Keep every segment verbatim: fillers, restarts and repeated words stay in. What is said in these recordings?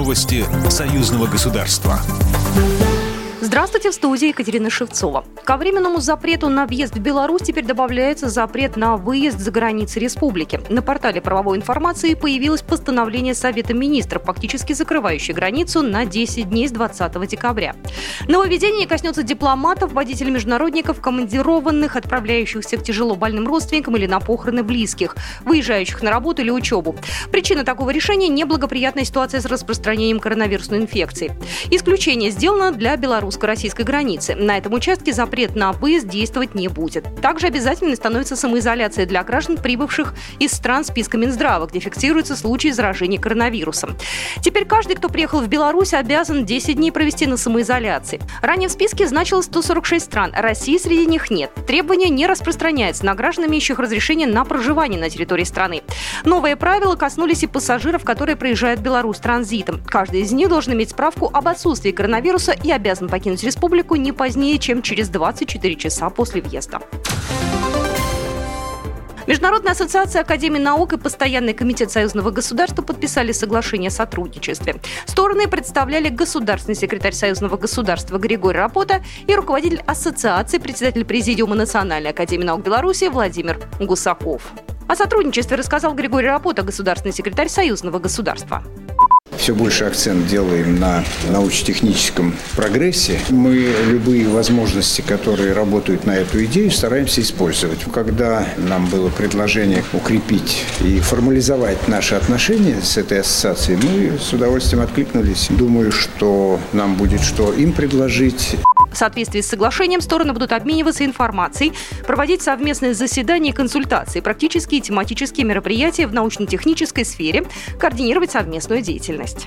Новости союзного государства. Здравствуйте, в студии Екатерина Шевцова. Ко временному запрету на въезд в Беларусь теперь добавляется запрет на выезд за границы республики. На портале правовой информации появилось постановление Совета министров, фактически закрывающее границу на десять дней с двадцатого декабря. Нововведение коснется дипломатов, водителей международников, командированных, отправляющихся к тяжело больным родственникам или на похороны близких, выезжающих на работу или учебу. Причина такого решения – неблагоприятная ситуация с распространением коронавирусной инфекции. Исключение сделано для белорусско-российской границы. На этом участке запрет на выезд действовать не будет. Также обязательной становится самоизоляция для граждан, прибывших из стран списка Минздрава, где фиксируются случаи заражения коронавирусом. Теперь каждый, кто приехал в Беларусь, обязан десять дней провести на самоизоляции. Ранее в списке значилось сто сорок шесть стран, России среди них нет. Требования не распространяются на граждан, имеющих разрешение на проживание на территории страны. Новые правила коснулись и пассажиров, которые проезжают в Беларусь транзитом. Каждый из них должен иметь справку об отсутствии коронавируса и обязан покинуть республику не позднее, чем через двадцать четыре часа после въезда. Международная ассоциация Академии наук и Постоянный комитет союзного государства подписали соглашение о сотрудничестве. Стороны представляли государственный секретарь союзного государства Григорий Рапота и руководитель ассоциации, председатель президиума Национальной академии наук Беларуси Владимир Гусаков. О сотрудничестве рассказал Григорий Рапота, государственный секретарь союзного государства. Все больше акцент делаем на научно-техническом прогрессе. Мы любые возможности, которые работают на эту идею, стараемся использовать. Когда нам было предложение укрепить и формализовать наши отношения с этой ассоциацией, мы с удовольствием откликнулись. Думаю, что нам будет что им предложить. В соответствии с соглашением стороны будут обмениваться информацией, проводить совместные заседания и консультации, практические и тематические мероприятия в научно-технической сфере, координировать совместную деятельность.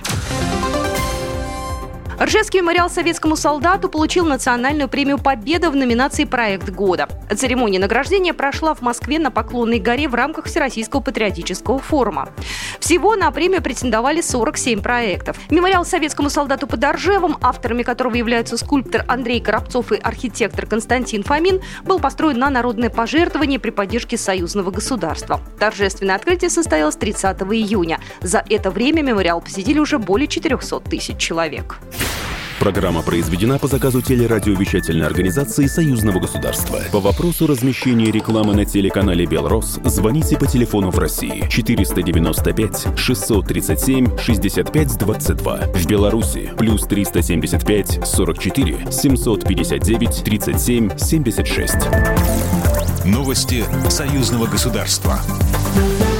Ржевский мемориал советскому солдату получил национальную премию «Победа» в номинации «Проект года». Церемония награждения прошла в Москве на Поклонной горе в рамках Всероссийского патриотического форума. Всего на премию претендовали сорок семь проектов. Мемориал советскому солдату под Ржевом, авторами которого являются скульптор Андрей Коробцов и архитектор Константин Фомин, был построен на народное пожертвование при поддержке союзного государства. Торжественное открытие состоялось тридцатого июня. За это время мемориал посетили уже более четырехсот тысяч человек. Программа произведена по заказу телерадиовещательной организации Союзного государства. По вопросу размещения рекламы на телеканале «Белрос» звоните по телефону в России четыреста девяносто пять шестьсот тридцать семь шестьдесят пять двадцать два. В Беларуси плюс триста семьдесят пять сорок четыре семьсот пятьдесят девять тридцать семь семьдесят шесть. Новости союзного государства.